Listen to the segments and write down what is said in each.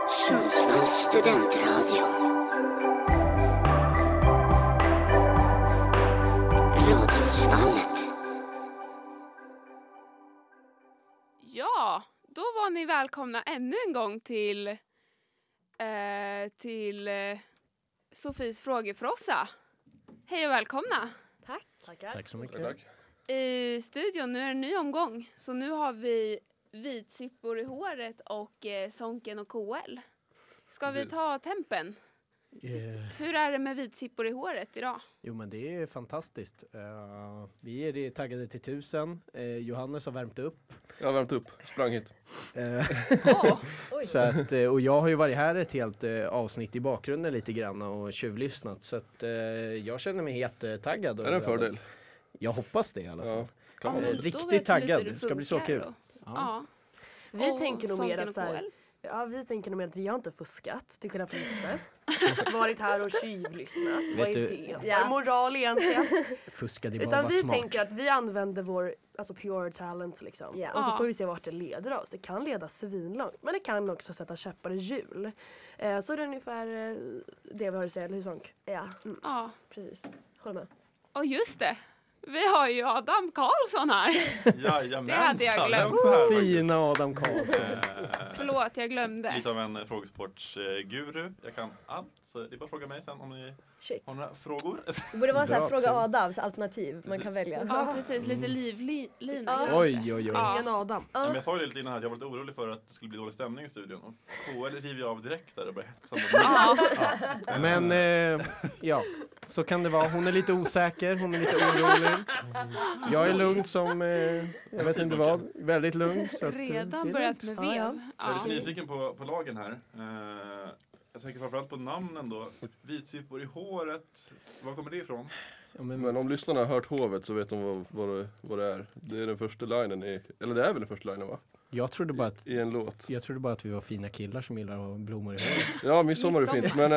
Sundsvalls studentradio. Radiosvallet. Ja, då var ni välkomna ännu en gång till Sofies frågefrossa. Hej och välkomna. Tack. Tackar. Tack så mycket. Tack. I studion, nu är det en ny omgång. Så nu har vi vitsippor i håret och Sonken och KL. Ska vi ta tempen? Hur är det med vitsippor i håret idag? Jo, men det är fantastiskt. Vi är taggade till 1000. Johannes har värmt upp. Jag har värmt upp, sprang hit. Så att, och jag har ju varit här ett helt avsnitt i bakgrunden lite grann och tjuvlyssnat. Så att jag känner mig helt taggad. Är det en fördel? Jag hoppas det i alla fall. Ja, kan man. Då vet Riktigt du lite taggad. hur det Det ska bli så funkar kul. då. Ja. Ja. Vi Och tänker nog mer Sonken att och så här, KL. ja, vi tänker nog mer att vi har inte fuskat till skillnad från vissa. Varit här och tjuvlyssnat. Vad är du- det för moral egentligen? Fuskade bara Utan var vi smart. tänker att vi använder vår pure talent liksom. Ja. Och så Ja. får vi se vart det leder oss. Det kan leda svinlångt, men det kan också sätta käppar i hjul. Så det är ungefär det vi har att säga, eller hur Sonk? Ja, Ja. precis. Håller med. Och just det, vi har ju Adam Karlsson här. Jajamensan. Det hade jag glömt. också här faktiskt. Fina Adam Karlsson. Förlåt, jag glömde. Lite av en frågesportsguru. Jag kan allt, så det är bara att fråga mig sen om ni Shit. har några frågor. Det borde vara så här Bra, fråga kul. Adams alternativ man Precis. kan välja. Ja, precis. Lite livlina. Oj, oj, oj. Ja. Ingen Adam. Men jag sa ju det lite innan här att jag var lite orolig för att det skulle bli dålig stämning i studion. Och KL river jag av direkt där och börjar hetsa mot mig. Men ja, så kan det vara. Hon är lite osäker, hon är lite orolig. Jag är lugn som, jag vet inte vad, väldigt lugn. Så att, det Redan är börjat lugnt. med Ja, ja. vev. Jag är lite Ja. nyfiken på lagen här. Jag tänker framförallt på namnen då. Vitsippor i håret. Var kommer det ifrån? Ja, men, Men om lyssnarna har hört hovet så vet de vad det är. Det är den första linen eller det är väl den första linen, va? jag trodde bara att vi var fina killar som gillar att ha blommor i håret. Ja, midsommar är fint. Men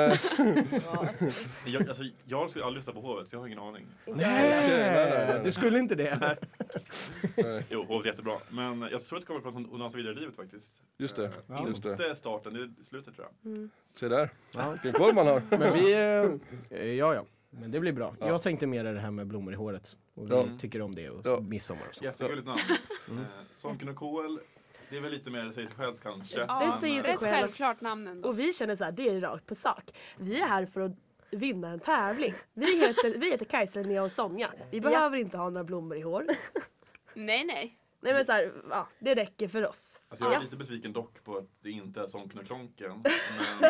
Jag skulle aldrig lyssna på hovet, så jag har ingen aning. Nej, du skulle inte det. Jo, hovet är jättebra. Men jag tror att det kommer från hon har vidare i livet faktiskt. just det. Ja. Just det. Inte starten, det är slutet tror jag. Se där. Ja. Vilken koll man har. Men vi, ja. Men det blir bra. Ja. Jag tänkte mer det här med blommor i håret. Och vi Ja. tycker om det och Ja. midsommar och så. Jättegulligt namn. Sonken och KL, det är väl lite mer, det säger sig själv kanske. Ja, Det säger sig rätt själv. självklart namnen då. Och vi känner så här, det är rakt på sak. Vi är här för att vinna en tävling. Vi heter Kajsa, Linnea och Sonja. Vi behöver inte ha några blommor i hår. Nej. Nej men så här, ja, det räcker för oss. Alltså jag är Ja. lite besviken dock på att det inte är Sonken och Klonken. Men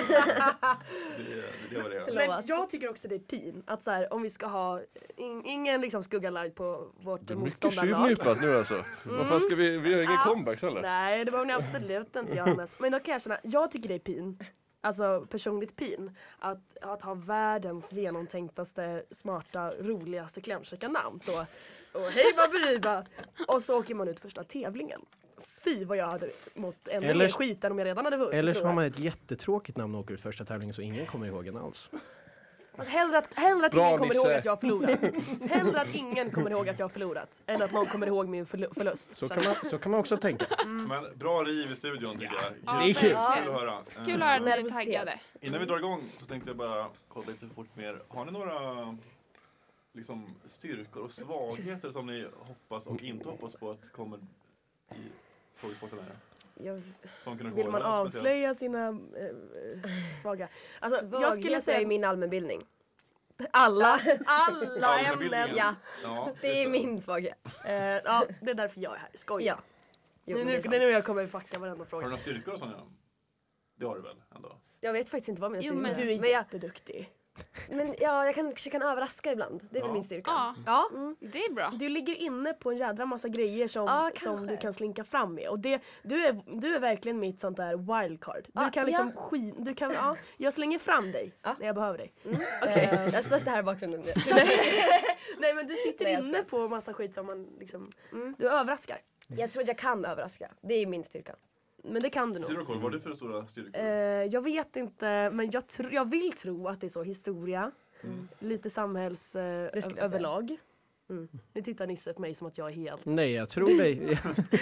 det var det. Förlåt. Men jag tycker också det är pin att så här, om vi ska ha ingen liksom skugga-light på vårt Det är mycket motståndarlag. tjuvnypas nu alltså. Vad fan ska vi har ingen Ja. comebacks heller? Nej, det var ni absolut inte, Johannes. Men då kan jag känna, jag tycker det är pin. Alltså personligt pin. Att ha världens genomtänktaste, smarta, roligaste klämkäcka namn. Så, och hej baberiba! Och så åker man ut första tävlingen. Fy vad jag hade mått ännu Eller- mer skit än om jag redan hade vunnit. Eller så har man ett jättetråkigt namn och åker ut första tävlingen så ingen kommer ihåg en alls. Alltså, hellre att Bra, ingen kommer ihåg Nisse. att jag har förlorat. Hellre att ingen kommer ihåg att jag har förlorat. Än att någon kommer ihåg min förlust. Så kan man också tänka. Men bra riv i studion tycker jag. Ja, Det är kul. Kul att höra. Kul att höra att ni är Nervositet. taggade. Innan vi drar igång så tänkte jag bara kolla lite fort mer. Har ni några liksom, styrkor och svagheter som ni hoppas och inte hoppas på att kommer i frågesporten här? Som kunde Vill gå man där, avslöja sina svaga? Alltså, jag skulle är säga min allmänbildning. alla Allmänbildningen. ämnen. Ja, Ja, det är min svaghet. Ja, det är därför jag är här. Skoj. Ja. Jo, Nu, men det är nu, sant. det är nu jag kommer fucka varenda Har du fråga. några styrkor och sånt? Det har du väl ändå? Jag vet faktiskt inte vad mina Jo, styrkor men är. Du är Men jag, jätteduktig. men ja, jag kanske kan överraska ibland. Det är väl Ja. min styrka. Ja, Ja, det är bra. du ligger inne på en jädra massa grejer som, Ja, som kanske. du kan slinka fram med. Och du är verkligen mitt sånt där wildcard. Du Ja, kan liksom jag slänger fram dig Ja. när jag behöver dig. Okej, jag sätter det här i bakgrunden. Nej men du sitter Nej, jag inne på massa skit som man liksom, du överraskar. Jag tror att jag kan överraska. Det är min styrka. Men det kan du nog. Vad har du för stora styrkor? Jag vet inte, men jag vill tro att det är så historia. Lite samhälls Det skulle jag säga. överlag. Nu tittar Nisse på mig som att jag är helt... Nej, jag tror dig.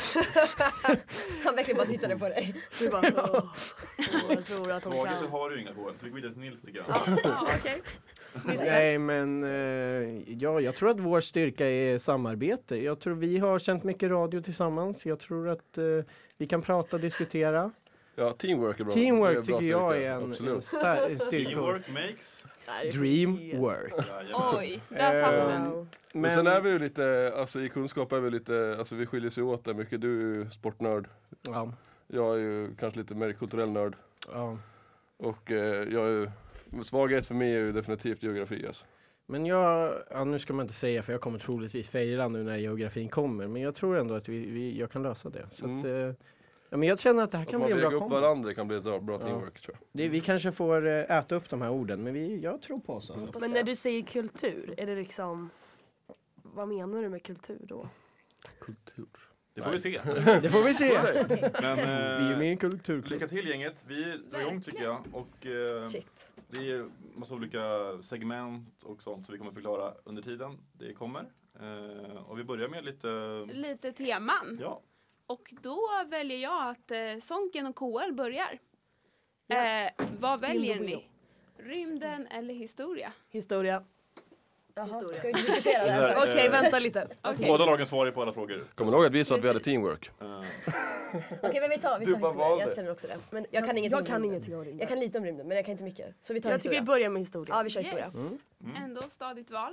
Han verkligen bara tittade på dig. Du bara, jag tror att hon Svagheter kan. har du inga på. Så vi går vidare till Nils tycker jag. Ja, okej. Nej, men jag tror att vår styrka är samarbete. Jag tror vi har känt mycket radio tillsammans. Jag tror att vi kan prata och diskutera. Ja, teamwork är bra. Det Teamwork är bra tycker jag styrka. är en Absolut. styrka. Teamwork makes. Dreamwork. Jajamän. Oj, där satt den. Wow. Men sen är vi ju lite, alltså i kunskap är vi lite, alltså vi skiljer sig åt där mycket. Du är ju sportnörd. Ja, Jag är ju kanske lite mer kulturell nörd. ja. Och jag är ju, svaghet för mig är ju definitivt geografi alltså. Men nu ska man inte säga för jag kommer troligtvis fejla nu när geografin kommer. Men jag tror ändå att jag kan lösa det. Så att, ja, men jag känner att det här Att kan man bli en bra väger upp kombo. varandra kan bli ett bra teamwork tror jag. Vi kanske får äta upp de här orden, men jag tror på oss. Alltså. Men när du säger kultur, är det liksom... Vad menar du med kultur då? Kultur. Det får vi se. Det får vi se. Men Vi är med i en kulturklubb. lycka till gänget. Vi drar igång tycker jag. Och Shit. det är massa olika segment och sånt som vi kommer förklara under tiden det kommer. Och vi börjar med Lite teman. Ja. Och då väljer jag att Sonken och KL börjar. Ja. Vad Spin the väljer wheel. ni? Rymden eller historia? Historia. Jaha. Historia. Ska vi diskutera det här först? Okej, vänta lite. Okej. Båda lagen svarar på alla frågor. Kommer du ihåg att vi sa att vi hade Precis. teamwork? Okej, men vi tar Du bara historia. valde. Jag känner också det. Men jag kan ingenting Jag kan om rymden. ingenting om rymden. Jag kan lite om rymden, men jag kan inte mycket. Så vi tar Jag tycker vi historia. börjar med historia. Ja, vi kör historia. Yes. Ändå stadigt val.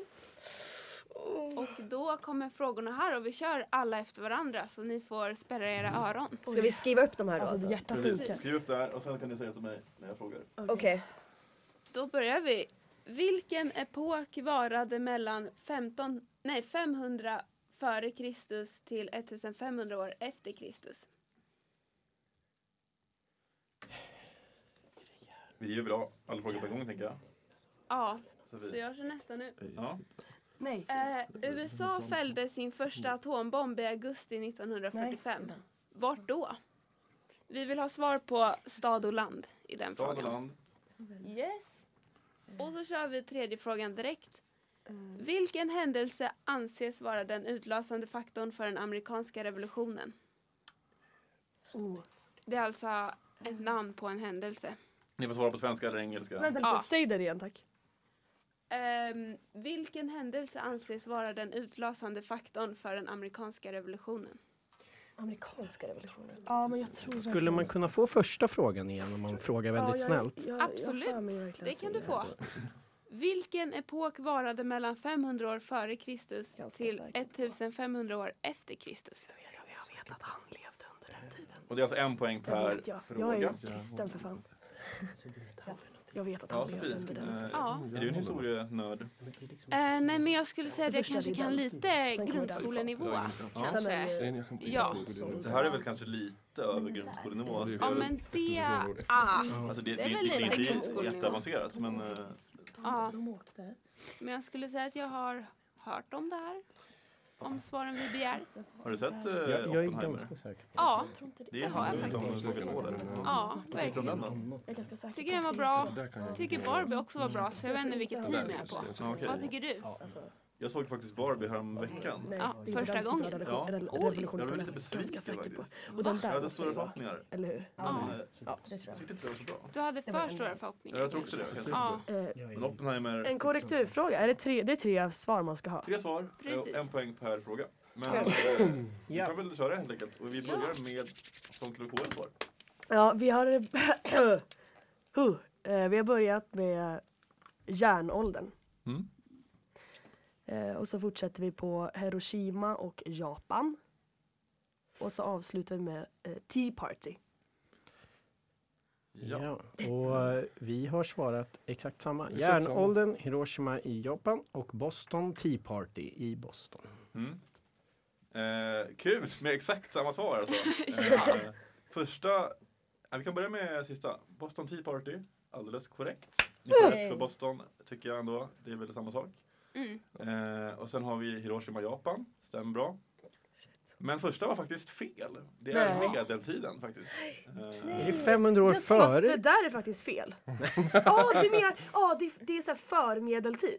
Och då kommer frågorna här och vi kör alla efter varandra så ni får spärra era öron. Ska vi skriva upp de här då? Alltså, Alltså? hjärtat Precis. pikar. Skriv upp det här och sen kan ni säga till mig när jag frågar. Okej. Då börjar vi. Vilken epok varade mellan 500 före Kristus till 1500 år efter Kristus? Vi gör väl alla frågor på en gång tänker jag. Ja, Så så vi, jag kör nästa nu. ja. Nej. USA fällde sin första atombomb i augusti 1945. Nej. Vart då? Vi vill ha svar på stad och land i den Stad och frågan. land. Yes. Och så kör vi tredje frågan direkt. Vilken händelse anses vara den utlösande faktorn för den amerikanska revolutionen? Oh. Det är alltså ett namn på en händelse. Ni får svara på svenska eller engelska. Vänta lite, Ja. säg det igen tack. Vilken händelse anses vara den utlösande faktorn för den amerikanska revolutionen? Amerikanska revolutionen. Ja, men jag tror Skulle man kunna få första frågan igen om man frågar väldigt snällt? Absolut. Det kan du få. Vilken epok varade mellan 500 år före Kristus Ganska till säkert. 1500 år efter Kristus? Jag vet att han levde under den tiden. Och det är alltså en poäng Det per vet jag. Jag fråga. är kristen för fan. Jag vet att Ja, han levde Sofie. under den. Ja. Är du en historienörd? Nej, men jag skulle säga att jag första kanske delen. kan lite Sen kommer grundskolenivå. Sen Kanske. är det Ja. Det här är väl kanske lite över grundskolenivå. Ja, men det... Alltså det är väl lite inte grundskolenivå. jätteavancerat men Ja, de åkte. men jag skulle säga att jag har hört om det här. Om svaren vi begär. har du sett Jag är Oppenheimer? ganska säker. Ja, Det är det har jag han som faktiskt. slog ett hål där. ja, Vad tyckte du om verkligen. den då? Jag är ganska säker Tycker på den var att bra. det inte- Tycker Barbie också var bra, så jag vet inte vilket team jag är på. Ja, okej. Vad tycker du? Alltså, Jag såg faktiskt Barbie häromveckan. nej, Ja, det är inte första den typen av gången. revolution- Ja. eller Oj. revolution Jag på blev den. lite Ganska besviken säker på. faktiskt. Och den Jag där hade måste stora det vara. förhoppningar. Eller hur? Ja. Men, Ja, det tror jag jag. tyckte inte det var så bra. Du hade Det var för en- stora förhoppningar. Jag tror också det. Helt Ja, Men Oppenheimer, En korrekturfråga. Är det det är tre svar man ska ha? 3 svar, Precis. en poäng per fråga. Men vi Ja. kan väl köra helt enkelt. Och vi Ja. börjar med Sonken och KL svar. Ja, vi har vi har börjat med järnåldern. Mm. Och så fortsätter vi på Hiroshima och Japan. Och så avslutar vi med Tea Party. Ja, och vi har svarat exakt samma. Exakt Järnåldern, Hiroshima i Japan och Boston Tea Party i Boston. Mm. Kul med exakt samma svar alltså. Första, vi kan börja med sista. Boston Tea Party, alldeles korrekt. Ni får rätt för Boston tycker jag ändå. Det är väl samma sak. Och sen har vi Hiroshima, Japan. Stämmer bra. Men första var faktiskt fel. Det är Nej. medeltiden faktiskt. Är det 500 år Fast det före? där är faktiskt fel. Det är så här förmedeltid.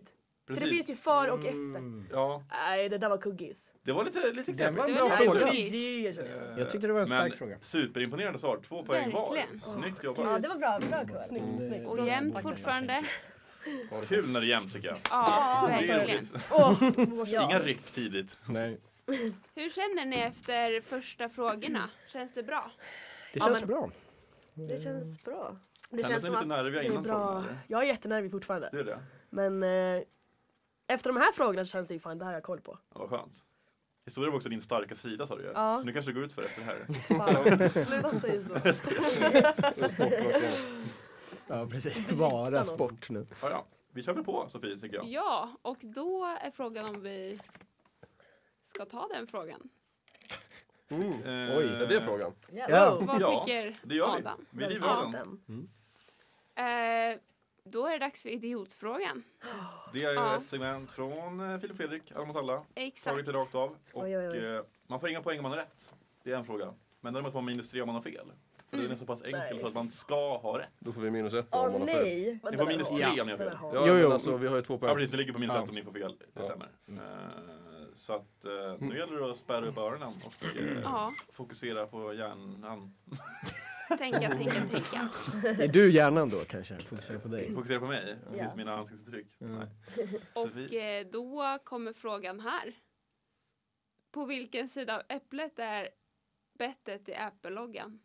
För det finns ju före och efter. Ja, Nej, det där var kuggis. det var lite Det var en Det bra var fråga. nice. Jag tyckte det var en stark Men fråga. superimponerande svar. 2 poäng var. Verkligen. Snyggt Ja, jobbat. det var bra Koel. Snyggt. Och jämnt fortfarande. Kul när det är jämnt tycker jag. Ja, Det är verkligen. roligt. Ja. Inga ryck tidigt. Nej. Hur känner ni efter första frågorna? Känns det bra? Det Ja, känns men- bra. Det känns bra. Det Kändes känns ni som lite att nerviga det är innan bra. frågan, eller? Jag är jättenervig fortfarande. Det är det. Men efter de här frågorna så känns det ju fan, det här har jag koll på. Ja, vad skönt. Historia var också din starka sida sa du ju. Ja. Så nu kanske det går ut för efter det här. Fan, sluta säga så. Ja, precis. Jinxa Bara någon. sport nu. Ja. Vi kör väl på Sofie tycker jag. Ja, och då är frågan om vi ska ta den frågan. Eh, Oj, Är det frågan? Ja. Vad Ja, tycker det gör vi. Adam? Vi river Ja, den. Då är det dags för idiotfrågan. Det är Ja. ett segment från Filip Fredrik, alla mot alla. Exakt. Tagit det rakt av. Och Oj, oj, oj. man får inga poäng om man har rätt. Det är en fråga. Men däremot får man -3 om man har fel. För den är så pass enkel Nej, så att man ska ha rätt. Då får vi -1 Åh om man har fel. nej! Ni får -3 om ni har fel. Ja, Jo, men jo. alltså vi har ju 2 Ja poäng. precis, ni ligger på -1 Ja. om ni får fel. Det Ja. stämmer. Så att nu gäller det att spärra upp öronen och Ja, fokusera på hjärnan. tänka. Är du hjärnan då kanske? Fokusera på dig. Fokusera på mig, precis Ja. mina ansiktsuttryck. Mm. Nej. Och då kommer frågan här. På vilken sida av äpplet är bettet i Apple-loggan?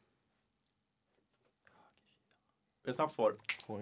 Ett snabbt svar.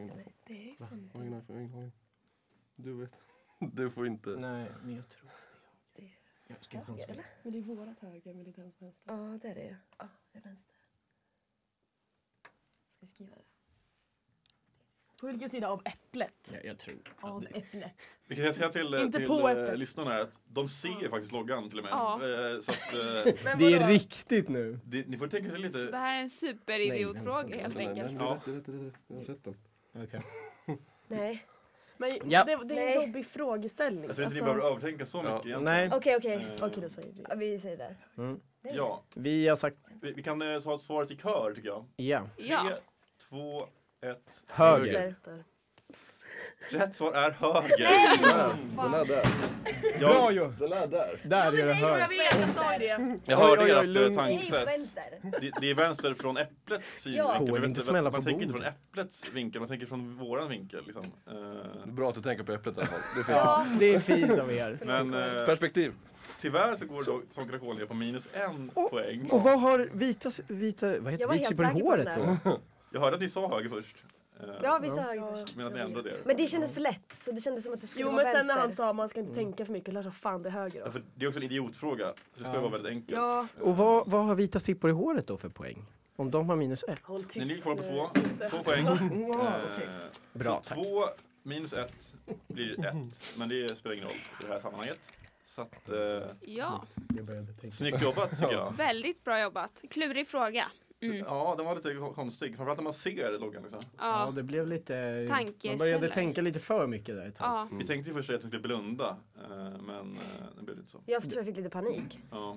Du vet. Du får inte. Nej, men jag tror jag ska Höger, eller? Men det är vårat höger, men det är inte ens vänster. Ja, det är det. Ja, det är vänster. Ska vi skriva det? På vilken sida av äpplet? Jag tror. Av äpplet. Vi kan säga till, Inte till på äpplet. lyssnarna här att de ser faktiskt loggan till och med. Ja. Så att Men Det är vadå? riktigt nu. ni får tänka sig Så lite. det här är en superidiotfråga helt Nej, enkelt. det är rätt. Jag har sett den. Okej. Nej. Men Ja. det är en Nej. jobbig frågeställning. Jag tror inte ni behöver övertänka så mycket egentligen. Nej. Okej. Okej, då säger vi. Ja, vi säger det där. Mm. Nej. Ja, Vi har sagt vi kan ta svaret i kör tycker jag. ja. 3, Ja. 2, 1. Höger. Vänster. Rätt svar är höger. Den är där. Bra ju. Den är där. Där är det Jag höger. vet, jag sa ju det. Jag hörde Oj, oj, oj, ert lugn. Nej, tankesätt. vänster. Det är vänster från äpplets synvinkel. Ja. Men Får vet inte du, smälla man på tänker inte bordet. från äpplets vinkel, man tänker från våran vinkel. Liksom. Det är bra att du tänker på äpplet i alla fall. Det är fint. Ja, det är fint av er. Men Perspektiv. tyvärr så går då Sonken och Kohl ner på -1 poäng. Och vad har vita vad Jag heter var helt vitsippor i säker på håret det då? Jag hörde att ni sa höger först. Ja, vi sa höger först. Men att ni ändrade er. Men det kändes för lätt, så det kändes som att det skulle Jo, vara men sen när han vänster. sa man ska inte tänka för mycket, lär så fan det är höger Ja, då. för det är också en idiotfråga. Så det ska Ja. vara väldigt enkelt. Ja, Och vad har vita sippor i håret då för poäng? Om de har -1. håll Ni tyst. ligger kvar på nu. 2 poäng. Bra, Så tack. 2 -1 blir 1. Men det spelar ingen roll i det här sammanhanget. Så att, Ja, Jag började tänka. snyggt jobbat tycker jag. väldigt bra jobbat. Klurig fråga. Mm. Ja, den var lite konstig. Framförallt när man ser loggan. Liksom. Ja, Ja, det blev lite... Tankeställare. Man började tänka lite för mycket där ett tag. ja. Vi tänkte ju först att den skulle blunda. Men det blev inte så. Jag tror jag fick lite panik. Ja.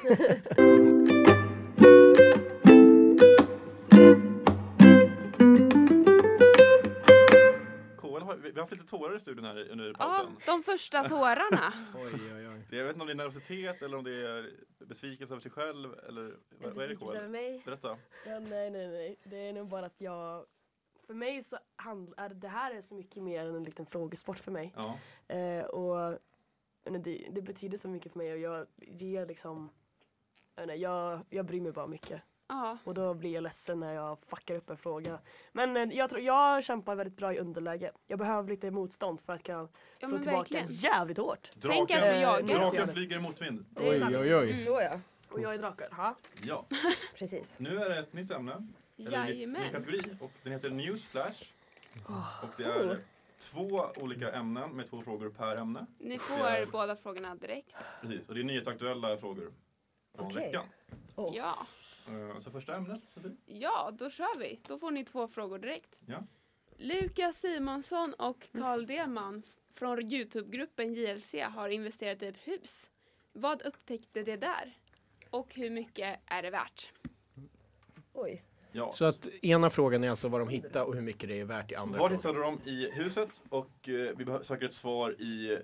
KL har, vi har haft lite tårar i studion här under Ja, pausen. de första tårarna. Oj, oj, oj. Jag vet inte om det är nervositet eller om det är besvikelse över sig själv. Eller vad är det Besvikelse över KL? mig. Berätta. Ja, nej. Det är nog bara att jag... För mig så är det här är så mycket mer än en liten frågesport för mig. Ja. Och det betyder så mycket för mig och jag ger liksom... Jag bryr mig bara mycket. Ja, Och då blir jag ledsen när jag fuckar upp en fråga. Men jag kämpar väldigt bra i underläge. Jag behöver lite motstånd för att kunna ja slå men tillbaka verkligen. jävligt hårt. Tänk att du jagar. Draken flyger i motvind. Det är Oj, sant. oj, oj. Så ja, Och jag är drakar. Ha? Ja. precis. Nu är det ett nytt ämne. Eller en ny Jajamän. kategori. Och den heter Newsflash. Och det är 2 olika ämnen med 2 frågor per ämne. Ni får båda frågorna direkt. Precis. Och det är nyhetsaktuella frågor från Okej. veckan. Ja, Så första ämnet. Sofie. ja, då kör vi. Då får ni 2 frågor direkt. Ja. Lukas Simonsson och Carl Deman från Youtube-gruppen JLC har investerat i ett hus. Vad upptäckte det där? Och hur mycket är det värt? Oj. Ja. Så att ena frågan är alltså vad de hittar och hur mycket det är värt i andra Var frågan. hittade de i huset? Och vi söker ett svar i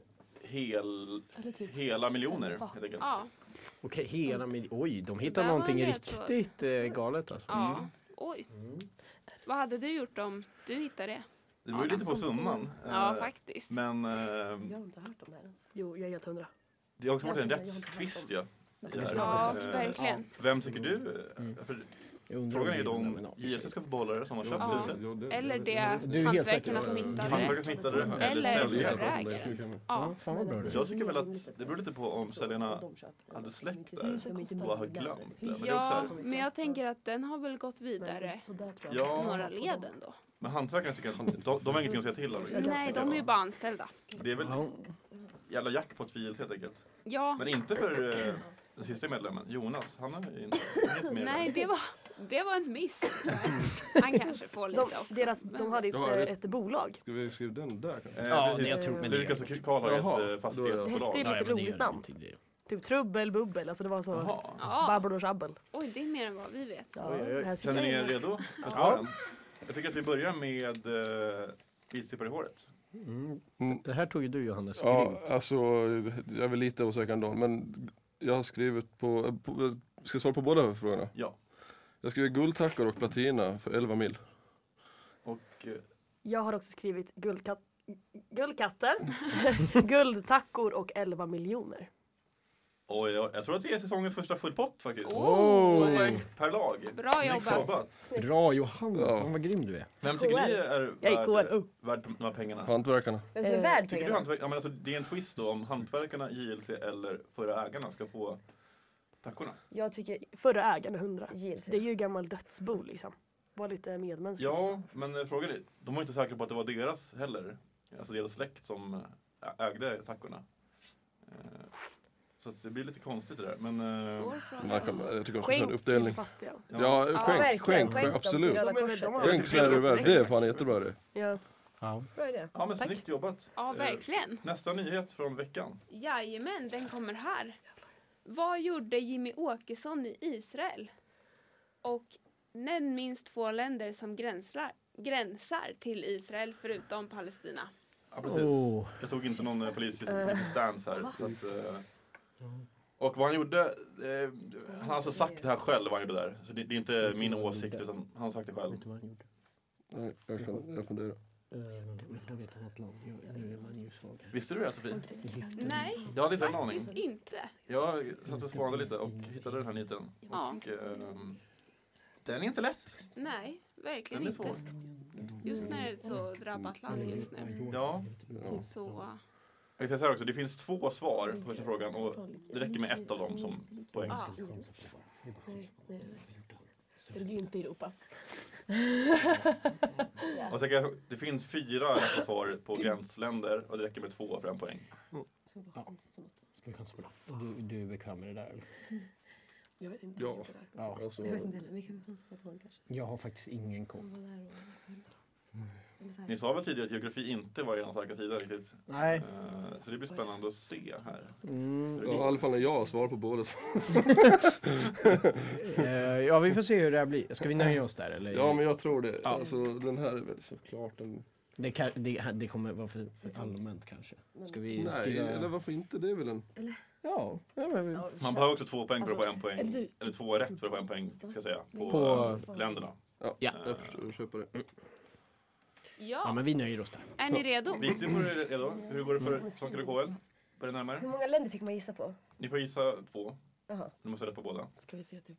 hela miljoner helt enkelt. Ja. Okej, hela oj, de Så hittar där var någonting en ledtråd. riktigt galet alltså. Ja. Oj. Vad hade du gjort om du hittade det? Det beror ju lite på summan. Ja, faktiskt. Men Jag har inte hört om det här ens. Jo, jag är helt 100. det har också varit en Jag har inte rättstvist hört ja. Ja, verkligen. Vem tycker du? För Jag undrar frågan är ju om det de är JLC ska få behålla det som har köpt Ja. huset. Eller Du är det helt hantverkarna säker. som hittade Hantverkare det. som hittade det. Eller säljare. förrägaren. Ja. Fan vad bra det är. Jag tycker väl att det beror lite på om säljarna hade släckt där och har glömt det. Men det är Ja, också så här, men jag tänker att den har väl gått vidare Ja. några leden då. men hantverkarna tycker att de har ingenting att säga till om. Nej, de är ju bara anställda. Det är väl Ja. jävla jackpot för JLC helt enkelt. Ja, Men inte för den sista medlemmen, Jonas. Han är inte med. nej, det var en miss. Han kanske får lite också. De hade ett bolag. Ska vi skriva den där kanske? Ja, precis. jag tror- men det- Lukas och Karl har ju Jaha, ett fastighetsbolag. Det är lite roligt namn. Det. Typ trubbel, bubbel. Alltså det var så Jaha. Ja, babbel och tjabbel. oj, det är mer än vad vi vet. Ja, Oj, oj, oj. det här Känner ni er sitter redo för svaren? Jag tycker att vi börjar med vitsippar i håret. Det här tog ju du Johannes, Ja, grymt. alltså jag är väl lite osäker ändå, men jag har skrivit ska jag svara på båda frågorna? Ja. Jag skriver guldtackor och platina för 11 mil. Och Jag har också skrivit guldkatter, guldtackor och 11 miljoner. oj, jag tror att vi är säsongens första full pott faktiskt. Oj. Per lag. Bra Snyggt jobbat. Bra Johannes, Ja. fan vad grym du är. Vem tycker ni är Jag gick KR. värd de här pengarna? Hantverkarna. Vem som är värd Tycker du pengarna? hantverkarna? Ja, men alltså, det är en twist då om hantverkarna, JLC eller förra ägarna ska få tackorna. Jag tycker Förra ägaren 100. JLC. Det är ju gammal dödsbo liksom. Var lite medmänsklig. Ja, men frågan är, de var inte säkra på att det var deras heller. Alltså deras släkt som ägde tackorna. Så att det blir lite konstigt det där. Men Svår fråga. Jag tycker också en Skänk uppdelning. till fattiga. Ja, verkligen. skänk, Skänk dem till absolut. Röda De är- Korset. de har- Skänk så är det väl. Det är fan jättebra det. Ja. Ja. Bra idé. ja, men Tack. snyggt jobbat. Ja, verkligen. Nästa nyhet från veckan. Jajamän, den kommer här. Vad gjorde Jimmy Åkesson i Israel? Och nämn minst 2 länder som gränsar till Israel förutom Palestina. Ja, precis. Oh. Jag tog inte någon politisk stance här. Så att, och vad han gjorde, han har alltså sagt det här själv vad han gjorde där. Så det är inte min åsikt utan han har sagt det själv. Nej, jag funderar. Jag vet något land, nu är man ju svag. Visste du det Sofie? Nej, Jag hade inte en aning. faktiskt inte. Jag satt och spanade lite och hittade den här nyheten. Ja. Och den är inte lätt. Nej, verkligen Den är inte. svår. Just när det är ett så drabbat land just nu. Ja. Så, Jag ska säga också, det finns 2 svar på första frågan och det räcker med ett av dem som poäng. ja. Är det inte i Europa? Och så kan jag, det finns 4 rätta svar på gränsländer och det räcker med 2 för en poäng. Du är bekväm med det där? Jag vet inte. Ja. Ja. Alltså, Vi kan chansa på kanske. Jag har faktiskt ingen koll. Ni sa väl tidigare att geografi inte var er starka sida riktigt? Nej. Så det blir spännande att se här. ja, i alla fall när jag har svar på båda. Ja, vi får se hur det här blir. Ska vi nöja oss där eller? Ja, men jag tror det. Ja. Alltså, den här är väl såklart en... Det kommer vara för allmänt kanske. Ska vi Nej, skriva... eller varför inte? Det är väl en... Ja, men vi... Man behöver också 2 poäng för att få en poäng. Eller Eller 2 rätt för att få en poäng, ska jag säga. På På- länderna. Ja, Ja. jag köper det. Ja, Ja, men vi nöjer oss där. är ni redo? Vi är redo. Hur går det för Svenska KL? Börjar närmare. Hur många länder fick man gissa på? Ni får gissa 2. Jaha. Ni måste rätt på båda. Ska vi se typ.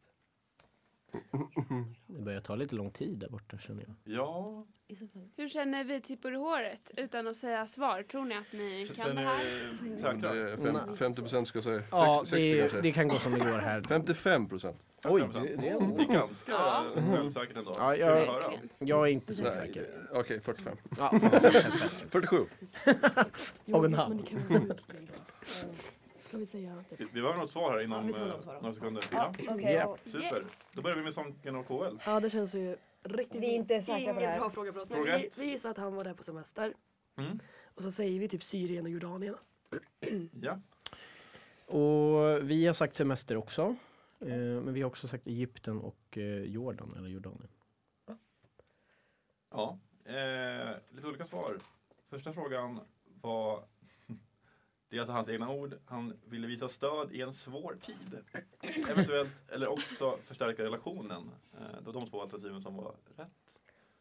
Det börjar ta lite lång tid där borta känner jag. Ja. Hur känner vi tippor i håret utan att säga svar? Tror ni att ni kan det här? Känner säkra? Det är 50% ska jag säga. Ja, 60 kanske. det kan gå som det går här. 55%. Oj, 55%. det är Det är ganska Ja. självsäkert ändå. Ja, Kul jag- att höra. Verkligen. Jag är inte så Nej, säker. okej, 45. Ja, 45 känns bättre. 47. Och en halv. Men det kan vara ska vi säga typ. Vi behöver något svar här Ja, inom vi tar dem svaren. några sekunder. Ja. Okej, Ja. och Super. Yes. Då börjar vi med sången och KL. Ja, det känns ju riktigt. Vi är inte säkra på det här. Ingen bra fråga för oss. Men Fråga vi, ett. vi gissar att han var där på semester. Mm. Och så säger vi typ Syrien och Jordanien. Ja. Och vi har sagt semester också. Men vi har också sagt Egypten och Jordanien. Ja, lite olika svar. Första frågan var, det är alltså hans egna ord. Han ville visa stöd i en svår tid. Eventuellt, eller också förstärka relationen. Det var de två alternativen som var rätt.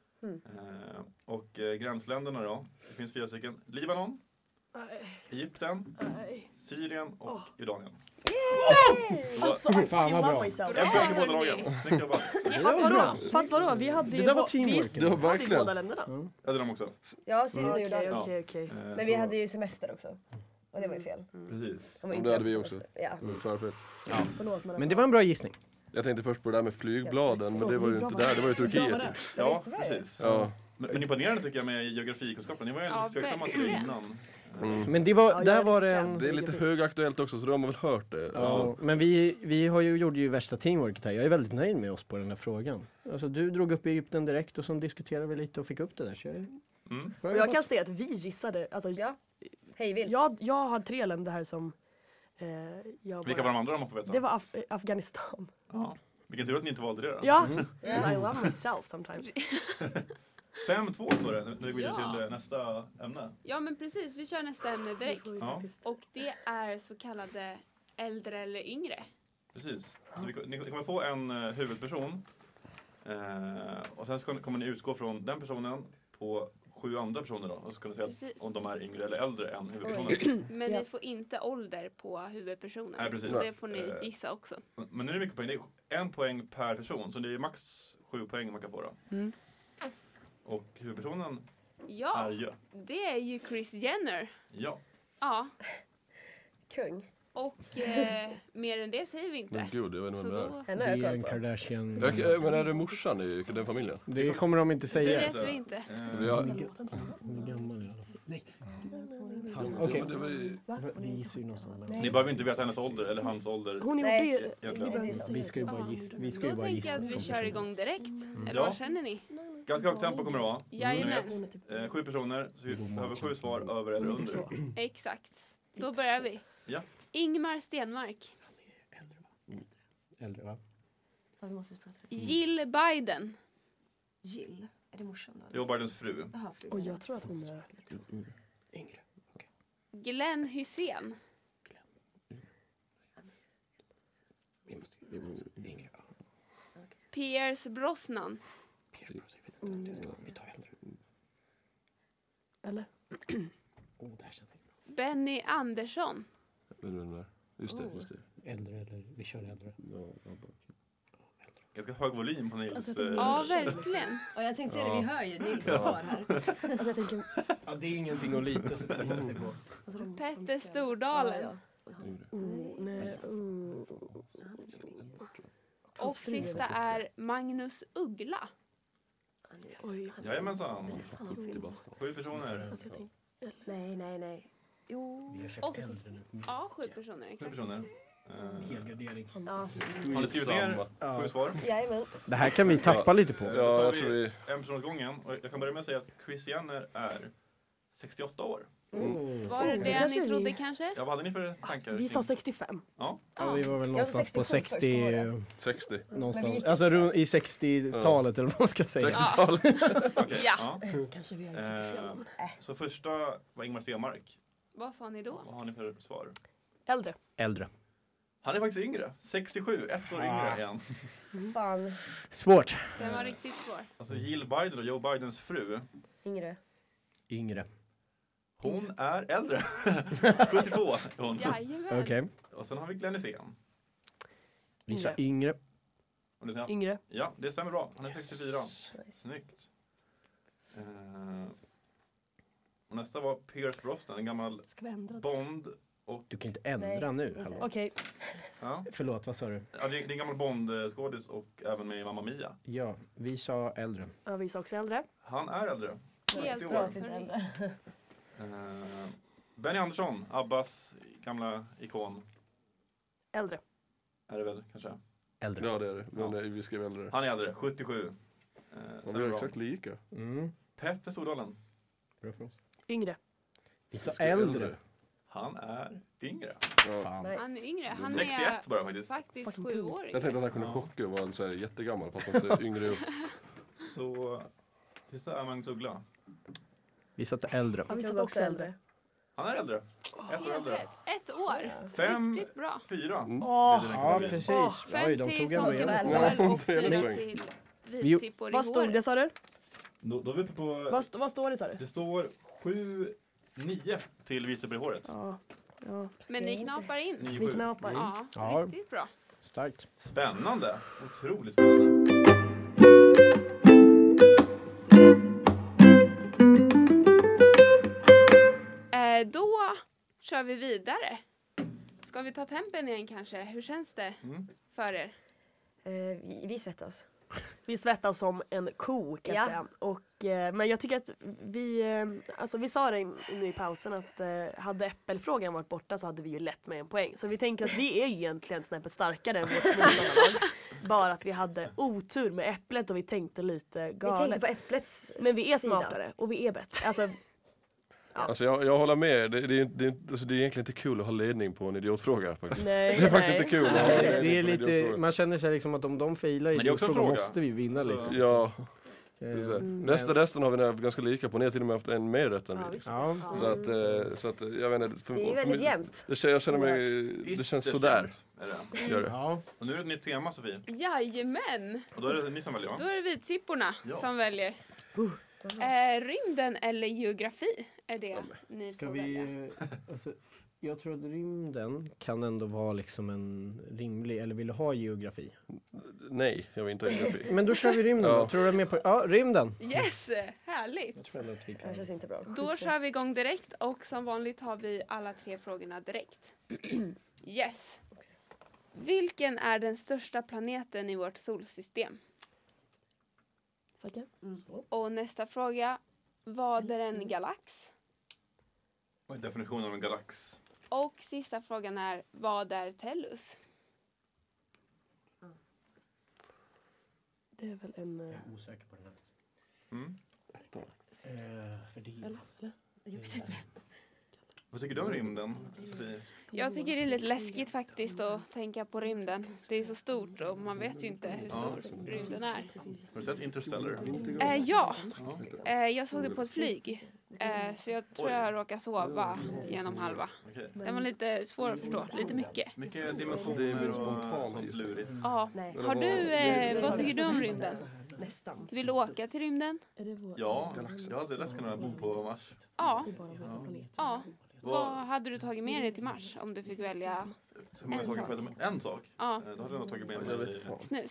Och gränsländerna då, det finns 4 stycken. Libanon, Egypten, Syrien och Jordanien. Alltså, Fan, vad bra. En poäng i båda lagen. Snyggt jobbat. Fast vadå? Vi hade Det ju där var teamwork. Det var vi hade ju verkligen. båda länderna. Jag hade dem också. Ja, Syrien och Jordanien. Okej. Men vi hade ju semester också. Och det var ju fel. Precis. De var Det hade vi på också. semester. Ja. Tvärfel. Förlåt, Men det var en bra gissning. Jag tänkte först på det där med flygbladen, men det var ju inte där, det var ju Turkiet. Ja, precis. Ja. Men imponerande tycker jag med geografikunskapen. Ni var ju Ja, lite tveksamma till det innan. Men det var, där var det lyckas. en... Det är lite högaktuellt också, så då har man väl hört det. Ja, Alltså, men vi gjorde ju värsta teamworket här. Jag är väldigt nöjd med oss på den här frågan. Alltså du drog upp Egypten direkt och så diskuterade vi lite och fick upp det där. Så Och jag kan se att vi gissade, alltså Ja. Hej vilt. jag har 3 länder här som jag Vilka var de andra om man får veta? Det var Afghanistan. Ja. Vilken tur att ni inte valde det då. Ja, I love myself sometimes. 5-2 står det när vi går Ja. vidare till nästa ämne. Ja, men precis. Vi kör nästa ämne direkt. Ja. Och det är så kallade äldre eller yngre. Precis. Så ni kommer få en huvudperson. Och sen kommer ni utgå från den personen på 7 andra personer då. Och så ska ni säga Precis. om de är yngre eller äldre än huvudpersonen. Men Ja. ni får inte ålder på huvudpersonen. Nej, precis. Så det får ni gissa också. Men nu är det mycket poäng. Det är 1 poäng per person. Så det är max 7 poäng man kan få då. Mm. Och huvudpersonen Ja, är ju... det är ju Kris Jenner. Ja. Ja, Kung. och mer än det säger vi men inte. gud, jag vet inte Så vem det är. då, Henne Det har är jag en koll på. Kardashian. Men är det morsan i den familjen? Det kommer de inte det säga. vet vi inte. Vi har, Hon är gammal i alla fall. Nej. Fan, ja, okej. men det var ju, Vi gissar ju någonstans. Ni behöver inte veta hennes ålder eller hans ålder. Hon Nej. gjorde ju... Egentligen. behöver inte Vi säga ska ju det. bara gissa. Vi ska ju Då bara tänker jag gissa. att vi som kör person. igång direkt. Eller Ja. vad känner ni? Ganska högt tempo kommer det vara. Jajamän. Hon är typ... 7 personer, så vi behöver 7 svar över eller under. Så. Exakt. Då börjar vi. Ja. Ingmar Stenmark. Äldre va? Ja, vi måste prata. Jill Biden. Jill. Är det morsan då? Joe Bidens fru. Jaha, fru. Och jag tror att hon är... Yngre. Glenn Hysén. Yngre. Pierce Brosnan. Vi tar äldre. Eller? Där känns det. Benny Andersson. just det. Äldre eller vi kör äldre. Ganska hög volym på Nils. Alltså, jag tänker- Ja, verkligen. Ja, jag tänkte säga det, vi hör ju Nils svar här. Alltså jag tänker... Ja, det är ingenting att lita sig på. Alltså, de Petter funkar. Stordalen. Nej, Och Hans fru, jag vet sista inte. är Magnus Uggla. Oj. Jajamensan. Fan, han fyller. 7 personer. Alltså, jag tänker... Nej. Jo. Vi har kört Och- äldre nu. Ja, 7 personer. 7 Exakt. personer. Helgardering. Ja. Har ni skrivit ner 7 svar? Jajamän. Det här kan vi tappa lite på. Då Ja, tar jag tror vi vi... en person åt gången. Och jag kan börja med att säga att Kris Jenner är 68 år. Var det det det kanske ni trodde vi- kanske? Ja, vad hade ni för tankar? Vi sa 65. Ja. Ja, vi var väl någonstans på 67 först, var det? 60. Men vi någonstans. gick- Alltså i 60-talet eller vad man ska säga. 60-tal. Okej. Ja. Kanske vi har gjort det fel. Så första var Ingmar Stenmark. Vad sa ni då? Vad har ni för svar? Äldre. Äldre. Han är faktiskt yngre. 67, 1 år yngre igen. Fan. Svårt. Den var riktigt svår. Alltså Jill Biden och Joe Bidens fru. Yngre. Yngre. Hon är äldre. 72 är hon. Jajamän. Okej. Och sen har vi Glenn Hysén. Vi sa yngre. Och det är- Yngre. Ja, det stämmer bra. Han är 64. Nice. Snyggt. Och nästa var Pierce Brosnan, en gammal Ska vi ändra det? Bond. Och, Du kan inte ändra Nej, nu. inte. Hallå. Okej. ja, Förlåt, vad sa du? ja, det är en gammal Bond-skådis och även med i Mamma Mia. Ja, vi sa äldre. Ja, vi sa också äldre. Han är äldre. Helt 60 Bra år. att vi inte ändrar. Benny Andersson, Abbas gamla ikon. Äldre. Är det väl kanske? Äldre. Ja, det är det. Men vi skrev äldre. Han är äldre, 77. Ja, Sen vi är har det exakt lika. Mm. Petter Stordalen. Bra för oss. Yngre. Vi sa äldre. Han är yngre. Ja. Fan. Han är yngre. Han 61 är bara faktiskt. faktiskt Fucking kung. 7-åring. Jag tänkte att han kunde chocka och vara så här jättegammal fast han ser yngre ut. Så Sista är Magnus Uggla. Vi satte äldre. Ja, vi Jag satt tror också äldre. Han är äldre. Ett år Helt äldre. rätt. 1 år. 5, Riktigt bra. 4. Ja, precis. Fem Oj, de till tog en Sonken rejäl. och Ja, Koel och tre 4 poäng. till vitsippor i Vad stod det håret. sa du? Då är vi uppe på... Vad står det sa du? Det står 7-9 till vitsippor i håret. Ja. Ja. Men ni knapar in. 9-7. Vi knappar in. Ja, Ja. riktigt bra. Starkt. Spännande. Otroligt spännande. Då kör vi vidare. Ska vi ta tempen igen kanske? Hur känns det för er? Vi svettas. Vi svettas som en ko kan jag säga. Och, men jag tycker att vi sa det nu i pausen att hade äppelfrågan varit borta så hade vi ju lätt med en poäng. Så vi tänker att vi är egentligen snäppet starkare än vårt motståndarlag. Bara att vi hade otur med äpplet och vi tänkte lite galet. Vi tänkte på äpplets Men vi är sida. smartare och vi är bättre. Alltså jag håller med. Det är egentligen inte kul att ha ledning på en idiotfråga faktiskt. Nej, Det är faktiskt nej. inte kul. Det är lite, man känner sig liksom att om de failar i Men det är också en frågan fråga. måste vi vinna Alltså, lite. Ja, Men- resten har vi ganska lika på. Ni har till och med haft en mer rätt än Ja, vi. visst. Ja. Så att jag vet inte. Det är väldigt jämnt. Jag känner mig, det känns sådär. Är det. Gör det. Ja. Och nu är det ett nytt tema, Sofie. Jajamän! Och då är det ni som väljer, va? Då är det vitsipporna Ja. som väljer. Rymden eller geografi är det ni Ska får vi, välja. alltså, jag tror att rymden kan ändå vara liksom en rimlig, eller vill du ha geografi? Nej, jag vill inte ha geografi. Men då kör vi rymden Ja. då. Tror du med på, ja, rymden. Yes, härligt! Jag tror ändå att vi kan. Det känns inte bra. Då kör vi igång direkt och som vanligt har vi alla 3 frågorna direkt. Yes. Vilken är den största planeten i vårt solsystem? Säker? Och nästa fråga. Vad är en galax? Vad är definitionen av en galax? Och sista frågan är. Vad är Tellus? Det är väl en... Jag är osäker på den här. Mm. För det. Jag vet inte. Vad tycker du om rymden, Sofie? Jag tycker det är lite läskigt faktiskt att tänka på rymden. Det är så stort och man vet ju inte hur stor rymden är. Har du sett Interstellar? Ja, jag såg det på ett flyg. Så jag tror jag råkade sova genom halva. Okej. Den var lite svår att förstå, lite mycket. Mycket Det är dimensioner mer och spontant sånt just. lurigt. Ja. Nej, Har du, vad tycker du om rymden? nästan. Vill du åka till rymden? Är det vår... Ja, jag hade lätt kunnat bo på Mars. Ja. Det är bara vår planet. Ja. Vad hade du tagit med dig till Mars om du fick välja Hur många En saker sak. får jag ta med? En sak? ja, Då hade jag nog tagit med Jag vet mig... inte. snus?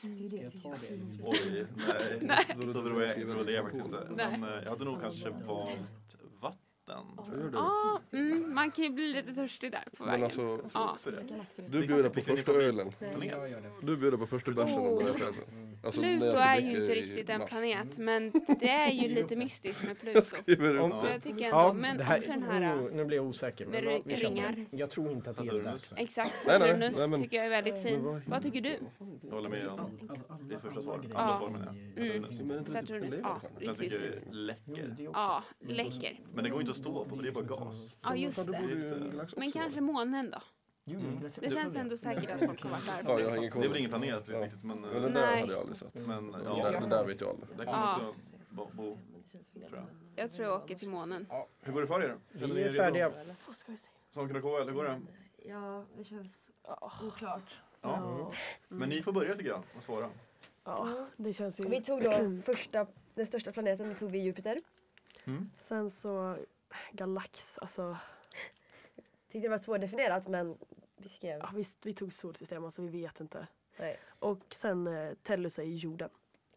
Oj, nej. Nej. Så var det faktiskt inte. Nej. Men jag hade nog kanske valt vatten. Ja, man kan ju bli lite törstig där på Men vägen. alltså, Ja. du bjuder på första ölen. Planet. Du bjuder på första bärsen om den här pjäsen. Alltså, när Pluto jag ska är dricka ju inte i riktigt en mars. planet, men det är ju lite mystiskt med Pluto. Skriver ut. Så jag tycker ändå, Ja, men det här, också den här, nu blir jag osäker. med Men, ja, vi kör ringar. det. Jag tror inte att det är det där. exakt, Nej, nej, Saturnus nej, men- tycker jag är väldigt fin. Vad tycker du? Jag håller med om ditt första svar. Ja. Andra svar menar jag. Mm. Saturnus. Men inte Saturnus, riktigt ja, spenderad, Jag riktigt tycker det fint. är läcker. Ja, läcker. Men det går inte att stå på, för det är bara gas. Ja, just Då borde det. ju en lax också Men kanske månen då? Det känns ändå säkert att folk har varit Ja, där. jag har ingen koll. Det är väl ingen planet riktigt, men... Men den Nej. där hade jag aldrig sett. Men Det ja, där vet jag aldrig. där kan Ja. man också bo, tror jag. Jag tror jag åker till månen. Hur går det för er? Känner ni Vi är redo? färdiga. Vad ska vi säga? Sonken och KL, hur går det? Ja, det känns oklart. Ja. Men ni får börja tycker jag och svara. Ja, det känns ju... Vi tog då den största planeten, då tog vi Jupiter. Sen så... Galax, alltså... Tyckte det var svårdefinierat, men vi skrev. Ja, visst, vi tog solsystem, alltså vi vet inte. Nej. Och sen Tellus är ju jorden.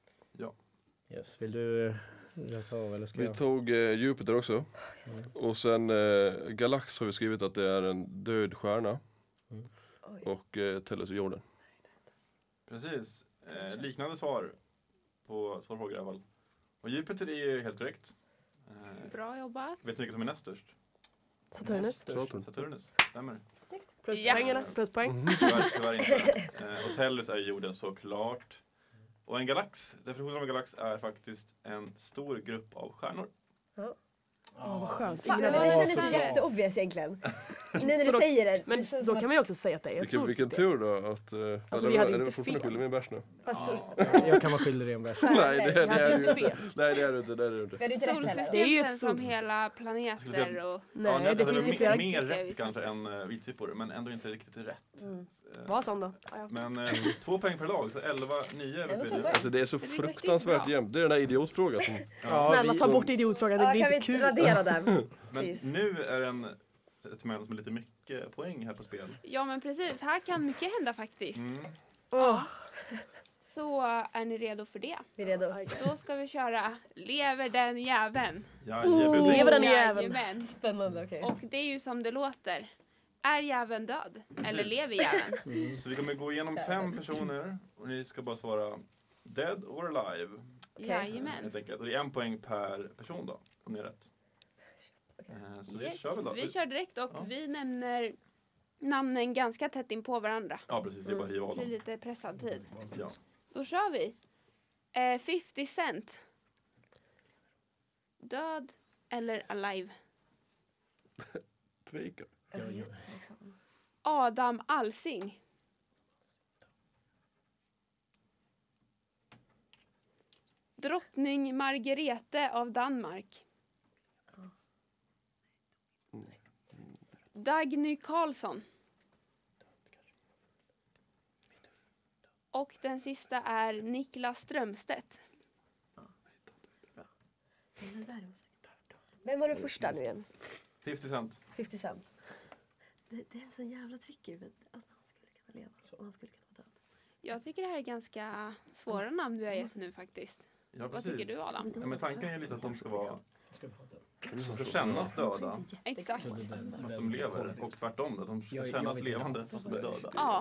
Yes. Vill du ta av eller ska Vi jag? tog Jupiter också. Och sen Galax har vi skrivit att det är en död stjärna. Oj. Och Tellus är jorden. Precis. Liknande svar på svåra frågor i alla fall. Och Jupiter är ju helt korrekt. Bra jobbat. Vet ni vilka som är näst störst? Saturnus. Saturnus. Stämmer. Pluspoäng eller? Pluspoäng. Tyvärr inte. Och Tellus är jorden såklart. Och en galax, definitionen av en galax är faktiskt en stor grupp av stjärnor. Ja. Vad skönt. Fan, Ingen men av det oss. känns så jätteobvious egentligen. Nu när du då- säger det. Men det känns då som kan man ju också säga att det är ett Vilken solsystem. tur då att... Alltså, eller vi hade är inte det fortfarande fel. skyldig min bärs nu? Fast så, Jag kan vara skyldig dig en bärs. Nej, det Jag hade är inte du fel. inte. Nej, det är du inte. Det är du inte. vi hade inte rätt heller. Det är Solsystem ju ett känns som solsystem. hela planeter och... Nej, det finns ju flera. Mer Vilka vi rätt kanske än vitsippor, men ändå inte riktigt rätt. Vad sån då? Ja. Men 2 poäng per lag, så 11-9 är Det var vi två nu. poäng. Alltså det är så Riktigt fruktansvärt bra. jämnt. Det är den där idiotfrågan som... Ja, Snälla vi- ta bort idiotfrågan, det Ja, blir kan vi inte inte kul. radera den? Men Please. nu är det ett moment med lite mycket poäng här på spel. Ja men precis, här kan mycket hända faktiskt. Åh, Så är ni redo för det? Vi är redo. Då ska vi köra Lever den jäveln. lever den jäveln? Jajamän. Spännande, okej. Och det är ju som det låter. Är jäveln död? Eller lever jäveln? Så vi kommer gå igenom 5 personer och ni ska bara svara dead or alive. Jajamän. Helt enkelt. Och det är 1 poäng per person då, om ni är rätt. Så vi Yes, kör väl då. vi kör direkt och Ja. vi nämner namnen ganska tätt in på varandra. Ja precis, det är bara att hiva av Det blir dem. lite pressad tid. Ja. Då kör vi. 50 Cent. Död eller alive? Tvekar. Adam Alsing. Drottning Margrethe av Danmark. Dagny Carlsson. Och den sista är Niklas Strömstedt. Vem var den första nu igen? 50 Cent. 50 Cent. Det är en sån jävla tricky. Men, alltså, han skulle kunna leva och han skulle kunna vara död. Jag tycker det här är ganska svåra namn du har gett nu faktiskt. Ja, Vad tycker du Adam? Ja, men tanken är lite att de ska vara... De ska kännas döda, Exakt. fast de lever. Och tvärtom, att de ska Jag kännas vet levande, fast de är döda. Ja.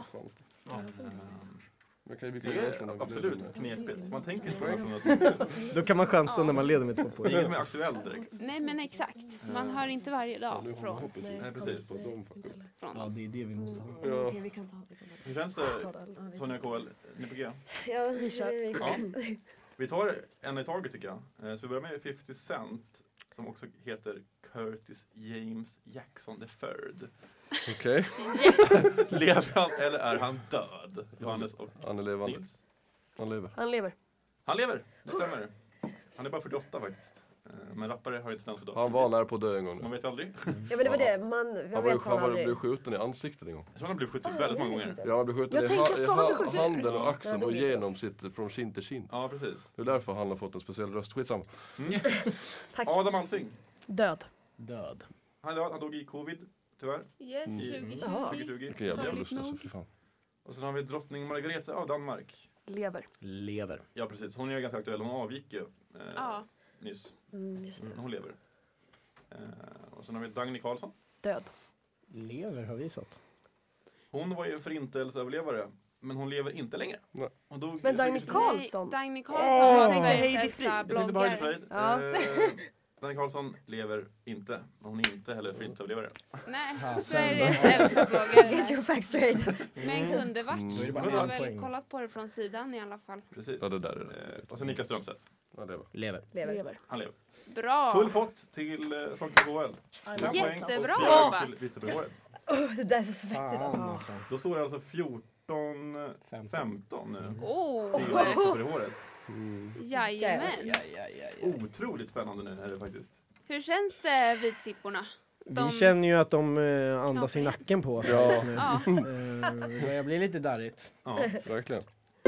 Men kan vi Det göra såna är bilder absolut som- knepigt. Man tänker inte på det från att Då kan man chansa när man leder med 2 det är poäng. inget som är aktuellt direkt. Nej men exakt. Man hör inte varje Ja, dag nu från hoppas vi. Nej, precis. På att de fuckar upp. dem. det är det vi måste ha. Ja. Okej, vi kan ta det. Hur känns det, Sonja KL? Ni på G? Ja, Vi kör. Ja. Vi tar en i taget tycker jag. Så vi börjar med 50 Cent, som också heter Curtis James Jackson III. Okej. Lever han eller är han död? Johannes och Han är levande. Nils. Han lever. Han lever. Han lever, det stämmer. Han är bara 48 faktiskt. Men rappare har ju tendens att dö. Han var nära på att dö en Så man gång. vet aldrig. Ja, men det var det. Jag vet Han aldrig. blev skjuten i ansiktet en gång. Jag tror han blev skjuten väldigt många gånger. Ja, han blev skjuten Jag i, tänkte, jag sa han blev skjuten. handen och Ja. axeln Ja, det och vet jag. genom sitt, från kind till kind. Ja, precis. Det är därför han har fått en speciell röst. Skitsamma. Tack. Adam Alsing. Död. Död. Han dog i covid, tyvärr. Yes, Mm. 2020. Jaha. 2020. Vilken jävla Sorgligt förlust alltså. nog. Fy fan. Och sen har vi drottning Margrethe av Danmark. Lever. Lever. Ja, precis. Hon är ganska aktuell. Hon avgick ju Ja. nyss. Just det. Hon lever. Och sen har vi Dagny Carlsson. Död. Lever har vi satt. Hon var ju en förintelseöverlevare. Men hon lever inte längre. Nej. Hon dog Men Dagny Carlsson. Carlsson. Nej, Dagny Åh, Carlsson var tänkte Heidi Sveriges Frid. äldsta Jag tänkte bara bloggare. Frid. Ja. Dagny Carlsson lever inte. Men hon är inte heller förintelseöverlevare. Nej, Fasen. Sveriges äldsta bloggare. Get your facts straight. Men kunde varit. Mm. Då är det bara Jag har en väl poäng. kollat på det från sidan i alla fall. Precis. Ja, det där är det. Och sen Niklas Strömstedt. Ja, det var. Lever. Lever. Lever. Han lever. Bra! Full pott till Sonka KL. Fem poäng Jättebra och 4 jobbat. till vicepresidenten. Det där är så svettigt Fan alltså. alltså. Då står det alltså 14-15 nu. Oh, Till vicepresidenten. jajamän. Otroligt spännande nu är det faktiskt. Hur känns det vitsipporna? Vi känner ju att de andas i Knappt. nacken på oss. Ja. just nu. Ja. Det börjar bli lite darrigt. Ja. Verkligen.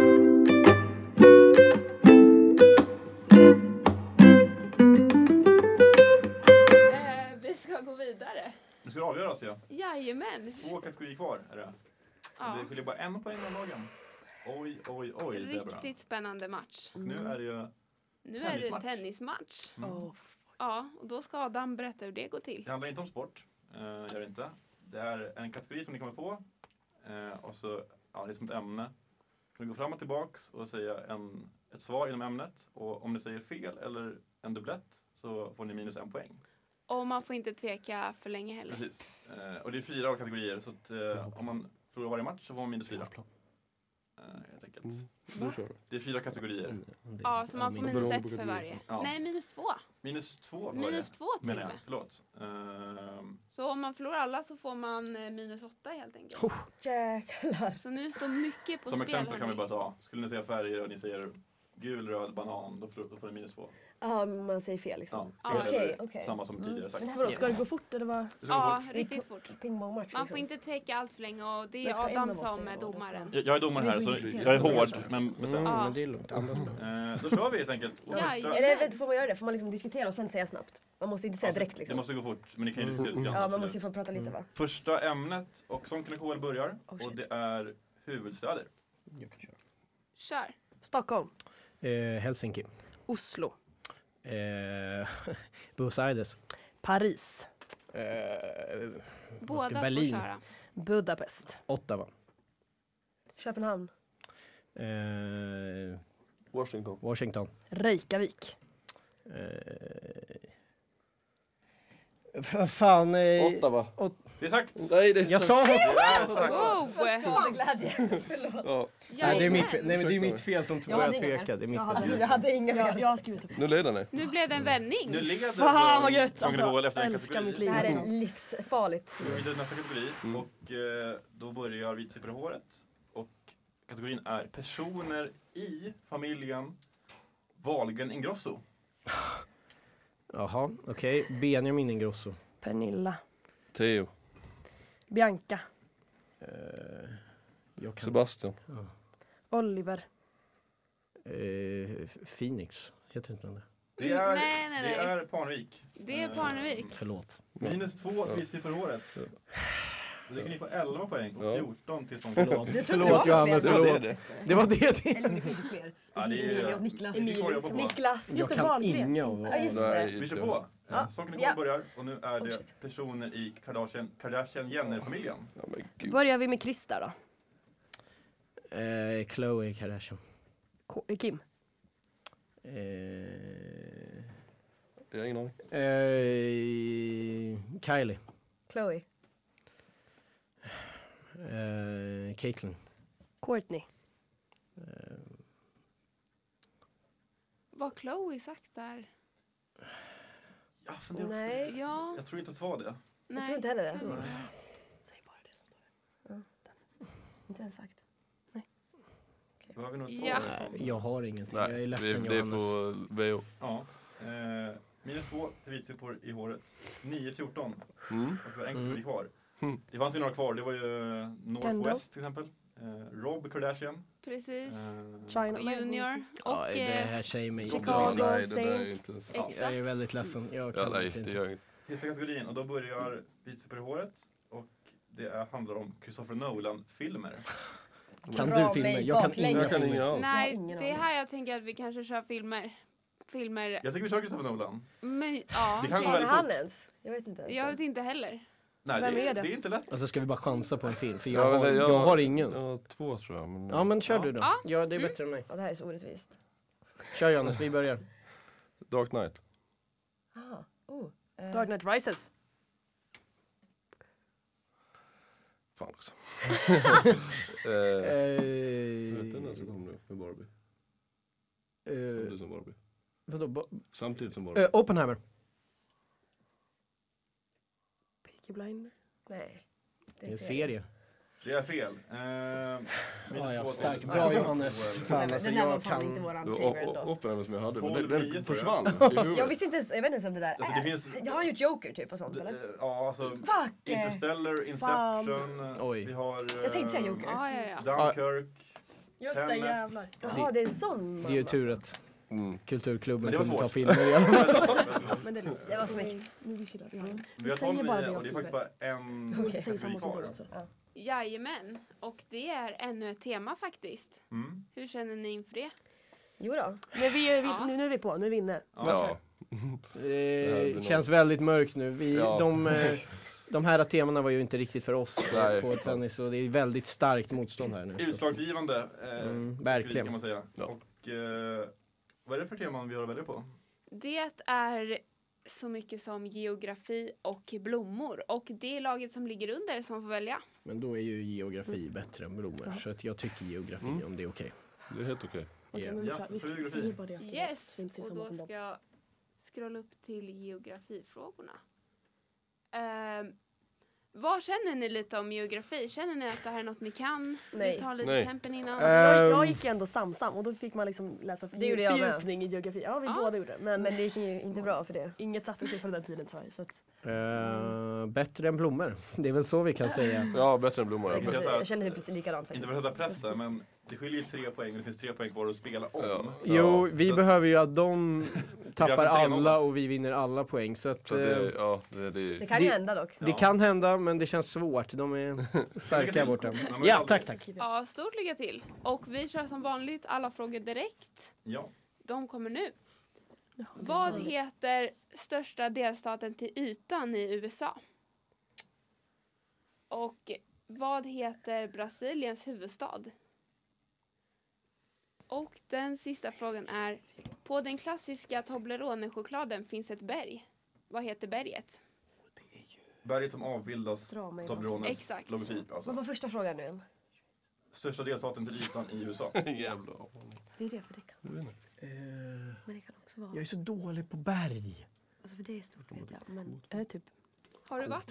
Vi ska gå vidare. Nu ska det avgöras ja. Jajamän. 2 kategorier kvar är det. Ja. Det skiljer bara 1 poäng mellan lagen. Oj, oj, oj säger jag bara. Riktigt spännande match. Nu är det ju... Nu är det en Tennismatch. tennismatch. Åh, Ja, och då ska Adam berätta hur det går till. Det handlar inte om sport. Gör det inte. Det är en kategori som ni kommer få. Och så, ja, det är som ett ämne. Så ni går fram och tillbaks och säga ett svar inom ämnet. Och om ni säger fel eller en dubblett så får ni minus 1 poäng. Och man får inte tveka för länge heller. Precis. Och det är 4 kategorier. Så att, om man förlorar varje match så får man minus 4. helt enkelt. Då kör vi. Det är 4 kategorier. Ja, så man får Beroende minus på 1 för kategori. varje. Ja. Nej, minus 2. Minus 2 var Minus det, 2 till menar och jag. med. Förlåt. Så om man förlorar alla så får man minus 8 helt enkelt. Jäklar. Så nu står mycket på Som spel. exempel kan vi hörni. bara ta. Skulle ni säga färger och ni säger gul, röd, banan, då får ni minus 2. Ja, man säger fel liksom. Ja, Ja, eller okej. samma som tidigare sagt. Vadå, ska det gå fort eller vad? Det ska gå Ja, fort. riktigt fort. Pingpongmatch Man liksom. får inte tveka allt för länge och det Men är ska en Adam av oss som säga är vad det ska domaren. Jag är domare här Vi får så diskutera. jag är hård. Men Ja. Men det är lugnt. Andas bara. då kör vi helt enkelt. Och Ja, första- Eller vänta, får man göra det? Får man liksom diskutera och sen säga snabbt? Man måste inte säga direkt Det liksom. måste gå fort, men ni kan ju diskutera lite grann. Ja, man absolut. måste ju få prata lite va? Första ämnet och Sonken och KL börjar. Oh, Och shit. det är huvudstäder. Jag kan köra. Kör. Stockholm. Helsinki. Oslo. Buenos Aires. Paris. Båda får Berlin. köra. Budapest. Ottawa. Köpenhamn. Washington. Washington. Reykjavik. Vad fan. Ottawa. Det är sagt! Nej, det är Jag sa Wow! Skadeglädje. Ja. Nej, det är mitt, Jajamän. nej, men det är mitt fel som Jag hade jag inga tvekade. Det är mitt Jag fel. Jag hade inga Jag mer. har skrivit upp. Nu leder ni. Nu blev det en vändning. Nu leder Fan vad gött! Sonken och KL Alltså, efter en älskar kategori. mitt Det liv. här är livsfarligt. Nu går vi till nästa kategori och då börjar vi se på håret. Och kategorin är personer i familjen Wahlgren Ingrosso. Jaha, okej. Benjamin Ingrosso. Pernilla. Theo. Bianca. Jag kan... Sebastian. Oliver. Phoenix. Heter inte den där? Det är, Nej. Det är Parnevik. Det är Parnevik. Förlåt. Minus 2 till Vici för håret. Då ligger ni på 11 poäng och Ja. 14 till Sonken. Förlåt. Du Förlåt Johannes, fler. förlåt. det. Det var det. Eller det finns ju fler. Ja, Det det finns ju är- fler. Niklas. Det får jag på. Niklas. Jag Just det, kan Wahlgren. inga av Ja, just det. Nej, Vi kör inte. på. Ja. Sonken och Ja. KL börjar och nu är Oh, det shit. personer i Kardashian-Jenner-familjen. Ja, men gud. Börjar vi med Krista då? Khloe Kardashian. Kim. Jag har ingen aning. Kylie. Chloe. Caitlyn. Courtney. Vad har Chloe sagt där? Jag funderar också. Nej. Ja, Jag tror inte att det var det. nej. Jag tror inte heller det. Säg bara det som står. Inte ens sagt. Behöver vi något Ja. svar? Jag har ingenting. Jag är Nej, ledsen det Johannes. får VO. Ja. Minus 2 till Vici i håret. 9-14. Mm. Och det var en kategori kvar. Mm. Det fanns ju några kvar. Det var ju Kendall. Northwest till exempel. Rob Kardashian. Precis. China. Junior. Och Ja, det här säger mig Chicago. inte. Nej, det där är Saint. inte ens... Ja. Exakt. Jag är väldigt ledsen. Jag Ja, kan nej, inte. det gör inte. Sista kategorin. Och då börjar Vici i håret. Och det handlar om Christopher Nolan-filmer. Kan Dra du filma? mig Jag kan baklänges. inga Jag kan filmer. inga alls. Nej, Jag har ingen det är aning. här jag tänker att vi kanske kör filmer. Jag tycker vi kör Christopher Nolan. Men ja, Det kan gå Kan väldigt han fort. ens? Jag vet inte ens. jag vet inte heller. Nej, Vem det är det? är inte lätt. Alltså ska vi bara chansa på en film? För Ja, men jag har ingen. Jag har 2 tror jag. Men... Ja men kör Ja. du då. Ja. Ja det är bättre än mig. Ja, det här är så orättvist. Kör Johannes, vi börjar. Dark Knight. Aha. Dark Knight Rises. Fan också. Eh, Vet du när som kom nu med Barbie? Samtidigt som Barbie. vadå? Samtidigt som Barbie. Oppenheimer. Peaky Blinder. Nej. Det är en serie. Det är fel. Ja, ja, två stark. till- Bra Johannes. Den, Fan alltså den där var jag fan inte kan... våran Det favorite var då. Oppenheimer som jag hade, men 12-9 den tror försvann Jag i huvudet. visste inte ens, jag vet inte ens vem det där Alltså, är. det finns... Jag har gjort Joker typ och sånt eller? Ja, alltså... Fuck! Interstellar, Inception. Oj. Vi har... Jag tänkte säga Joker. Ja. Dunkirk. Just Tenet. det, jävlar. Jaha, det är en sån Det är ju man, tur alltså. att Mm. Kulturklubben Men det var kunde ta svårt. filmer igen. Men det är lugnt. Det var snyggt. Nu vi chillar. Vi har säger 12 bara det och jag det är faktiskt bara en Så vi inte säger kategori samma som kvar. början. Så. Jajamän. Och det är ännu ett tema faktiskt. Mm. Hur känner ni inför det? Jo då. Men nu är vi på, nu är vi inne. Ja. Det känns väldigt mörkt nu. Ja. De här temana var ju inte riktigt för oss Nej. på tennis och det är väldigt starkt motstånd här nu. så. Utslagsgivande verkligen. kan man säga. Ja. Och vad är det för teman vi har att välja på? Det är så mycket som geografi och blommor. Och det är laget som ligger under som får välja. Men då är ju geografi bättre än blommor. Så att jag tycker geografi om det är okej. Det är helt okej. Okej, men vi säger bara det jag ska Yes, så vi inte ser och samma då som dem. ska jag scrolla upp till geografifrågorna. Vad känner ni lite om geografi? Känner ni att det här är något ni kan? Nej. Vi tar lite Nej. tempen innan. Alltså, jag gick ju ändå samsam och då fick man liksom läsa Det gjorde jag med. fördjupning i geografi. Ja, vi Ja. båda gjorde det. Men, Men det gick ju inte bra för det. inget satte sig för den tiden tyvärr. Så att, Bättre än blommor. Det är väl så vi kan säga. Ja, bättre än blommor. Jag, Ja. kanske, jag känner typ likadant Inte faktiskt. för att sätta press där, men det skiljer ju 3 poäng och det finns 3 poäng kvar att spela om. Ja. Jo, vi Så- behöver ju att de tappar Jag får säga alla och vi vinner alla poäng. Så att, Så det Det kan ju Det- hända dock. det kan hända, men det känns svårt. De är starka borta. men Ja, aldrig. tack. Ja, stort lycka till. Och vi kör som vanligt alla frågor direkt. Ja. De kommer nu. Vad heter största delstaten till ytan i USA? Och vad heter Brasiliens huvudstad? Och den sista frågan är: på den klassiska Toblerone-chokladen finns ett berg. Vad heter berget? Berget som avbildas Dra mig Toblerones Exakt. logotyp. Alltså. Vad var första frågan nu igen? Största delstaten till ytan i USA. Jävlar. Det är det, för det kan. Men det kan också vara. Jag är så dålig på berg. Alltså för det är stort vet jag. Men är det typ Har du varit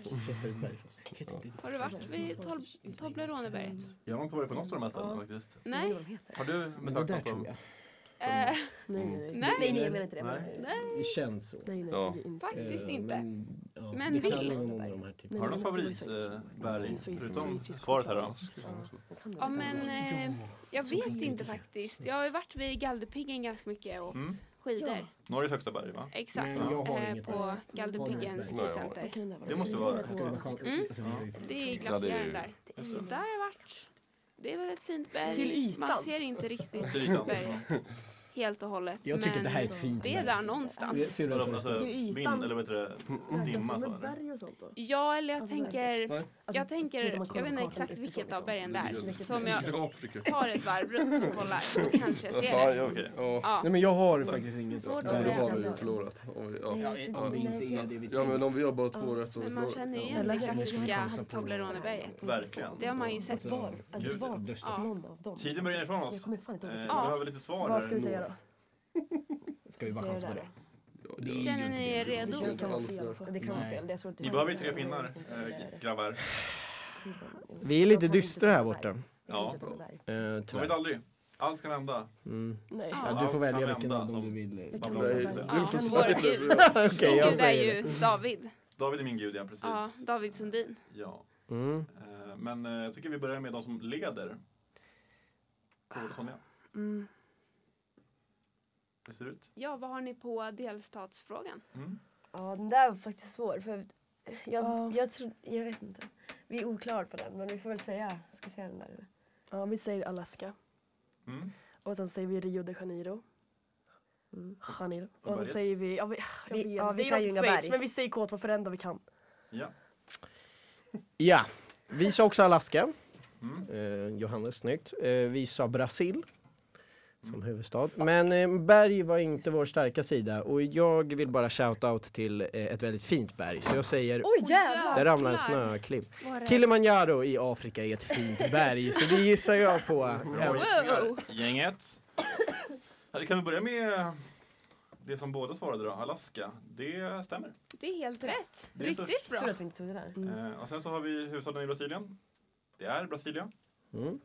vid Tobleroneberget? Jag har inte varit på något av de här ställena faktiskt. vad Nej. de heter. Har du Men det besökt där något tror av... jag. Eh, nej. Nej, jag menar inte det. Nej. Men, Det känns så. Nej, Ja. det är inte. faktiskt inte. Men Men det kan vill. nog någon av de här typ. Men Har du det något måste vara i Schweiz. favoritberg? Schweiz. Förutom Schweiz. svaret här då. Ja, men jag vet inte faktiskt. Jag har ju varit vid Galdhøpiggen ganska mycket och åkt skidor. Norges högsta berg va? Exakt, Men jag har inget på berg. Galdhøpiggen Nej, skicenter. Okej, den där var Det måste vara... Det är glaciären där. Där har jag varit. Det är väl ett fint berg. Till ytan. Man ser inte riktigt Till ytan. berget helt och hållet. Jag tycker men det här är ett fint det är där någonstans. Alltså, Till ytan. vind eller vad heter det? Dimma så med eller? berg och sånt då? Ja, eller jag Alltså, tänker, Alltså, jag tänker, det är som man jag kollar vet inte på kartan exakt vilket uppifrån, av bergen det är. liksom. Så om jag I Afrika. tar ett varv runt och kollar så kanske jag Ja, ser fan, det. ja, Okej. ja. Ja. Nej men jag har faktiskt inget. Svårt Ja, att då säga. har vi ju förlorat. Ja. nej, Om det inte är det vi Ja, men om vi har bara 2 rätt så har vi Men man förlorat. känner ju Ja. igen det Eller- klassiska Tobleroneberget. Verkligen. Det har man ju sett. var? Alltså var? Ja. Någon av dem. Tiden börjar ifrån oss. Jag kommer fan inte ihåg Vi vilken. Ja. behöver lite svar Vad ska vi här. säga då? Ska vi bara Säger chansa på det det? Ja, det är Känner ju ni inte er det. redo? Det kan vara fel alltså. Det kan vara Nej. fel. Jag tror inte Ni behöver ju 3 pinnar, grabbar. Vi är lite dystra här borta. Ja. Man vet Tyvärr. aldrig. Allt kan hända. Nej. Ja. Ja, du får välja Kan vilken vända av dem som- du vill. Jag kan Ja, välja. du Ja, får vår gud. Okej, Vår jag gud är säger ju det. David. David är min gud, ja precis. Ja, David Sundin. Ja. Mm. Men jag tycker vi börjar med de som leder. Cool, Sonja. Mm. Hur ser det ut? Ja, vad har ni på delstatsfrågan? Mm. Ja, den där var faktiskt svår. För Ja. jag vet inte. Vi är oklara på den, men vi får väl säga. Ska vi säga den där eller? Ja, vi säger Alaska. Mm. Och sen säger vi Rio de Janeiro. Janeiro. Och så berget? säger vi... Ja, Vi- vet. ja, vi Det är kan ju något inga Schweiz, berg. men vi säger K2 för det enda vi kan. Ja. Ja, vi sa också Alaska. Mm. Johannes, snyggt. Vi sa Brasil som huvudstad. Men berg var inte vår starka sida. Och jag vill bara shout-out till ett väldigt fint berg. Så jag säger, Oj jävlar! där ramlar en jävlar. snöklipp. Var det? Kilimanjaro i Afrika är ett fint berg. Så det gissar jag på. Bra Ja. gissningar, Wow. gänget. Ja, vi kan väl börja med det som båda svarade då. Alaska. Det stämmer. Det är helt rätt. Det är så- Riktigt Tur bra. att vi inte tog det där. Och sen så har vi huvudstaden i Brasilien. Det är Brasilia. Mm.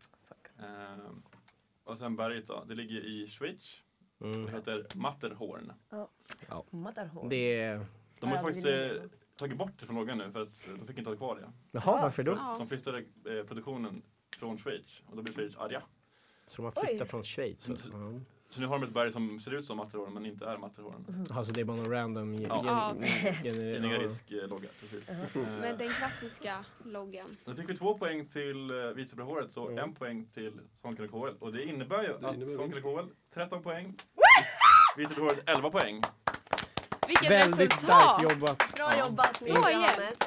Och sen berget då. Det ligger i Schweiz. Mm. Det heter Matterhorn. Matterhorn. Det är... De har Ja, faktiskt det vill jag. tagit bort det från loggan nu för att de fick inte ha kvar det. Jaha, varför då? Ja. De flyttade produktionen från Schweiz och då blir Schweiz arga. Så de har flyttat Oj. från Schweiz? Alltså. Ja. Så nu har de ett berg som ser ut som Matterhorn men inte är Matterhorn. Alltså det är bara någon random Ja. Generisk logga, precis. Men den klassiska loggan. Då fick vi 2 poäng till vicebrahåret och Mm. 1 poäng till Sonken och KL. Och det innebär ju Det att innebär Sonken vinst. och KL 13 poäng. Vicebrahåret 11 poäng. Vilket Väldigt resultat! starkt jobbat. Bra jobbat! Så Johannes. jämnt.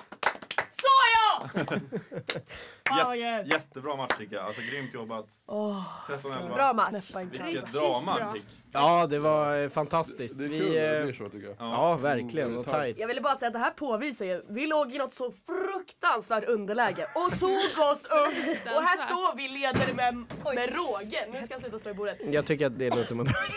Jättebra match tycker jag. Alltså grymt jobbat. 13-11. Bra match. Vilket Riktigt drama bra. fick. Ja, det var fantastiskt. Det är kul när det blir så tycker jag. Ja, verkligen. Och tajt. Jag ville bara säga att det här påvisar ju, vi låg i något så fruktansvärt underläge och tog oss upp och här står vi leder med råge. Nu ska jag sluta slå i bordet. Jag tycker att det låter man bra.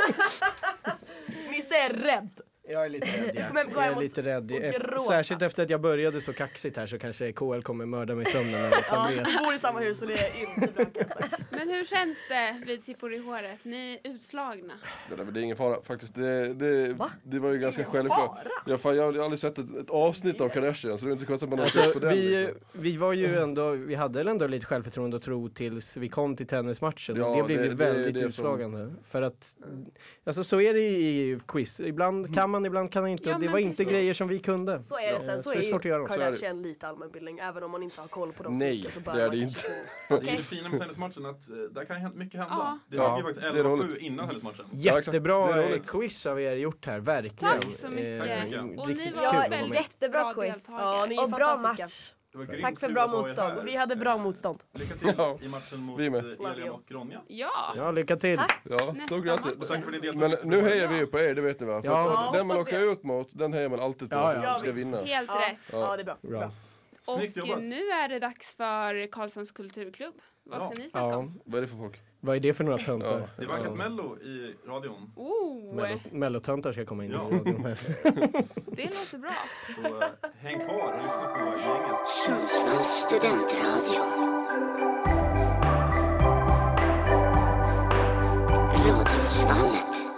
Ni ser rädd. Jag är lite rädd, ja. Men Jag är lite rädd. Särskilt efter att jag började så kaxigt här så kanske KL kommer mörda mig i sömnen. Ja, vi bor i samma hus och det är inte bra kasta. Men hur känns det vid sippor i håret? Ni är utslagna. Det är ingen fara faktiskt. Det var ju ganska självklart. Jag har aldrig sett ett avsnitt av Kardashian så det är inte så konstigt att man har sett på den. Vi var ju ändå, vi hade väl ändå lite självförtroende och tro tills vi kom till tennismatchen. Ja, det blev ju väldigt det utslagande. För att, alltså så är det i quiz. Ibland kan man, ibland kan man inte. Ja, och det var inte precis. grejer som vi kunde. Så är det sen, så det är svårt att göra. är Kardashian lite allmänbildning. Även om man inte har koll på dem så Nej, mycket så det bör är man det kanske inte. kunna. Det är det fina med tennismatchen att där kan mycket hända. Ja. Det stod ju Ja, faktiskt det är 11-7 roligt. innan tennismatchen. Jättebra Det är roligt. quiz har vi gjort här, verkligen. Tack så mycket. Tack så mycket. Och ni Riktigt var kul att vara väldigt med. Jättebra bra quiz. deltagare. Ja, ni är Och bra fantastiska. match. Det var grymt Tack för kul bra att ha er motstånd. här. Vi hade bra motstånd. Lycka till Ja. i matchen mot Vi med. Elin och Ronja. Ja. Ja, lycka till. Tack. Ja, Nästa stort grattis. match. Och tack för det Men deltagandet. nu hejar vi ju på er, det vet ni va? För Ja. att den man hoppas åker det. ut mot, den hejar man alltid på Ja, att ja. man ska visst. vinna. Helt Ja. rätt. Ja, det är bra. Bra. Snyggt Och jobbat. nu är det dags för Karlssons kulturklubb. Vad ska ni snacka Ja. om? Vad är det för folk? Vad är det för några töntar? Ja. Det vankas Mello i radion. Mellotöntar ska komma in i Ja. radion här. Det låter bra. Så häng kvar och lyssna på gänget. Sundsvalls studentradio. Rådhusvallet.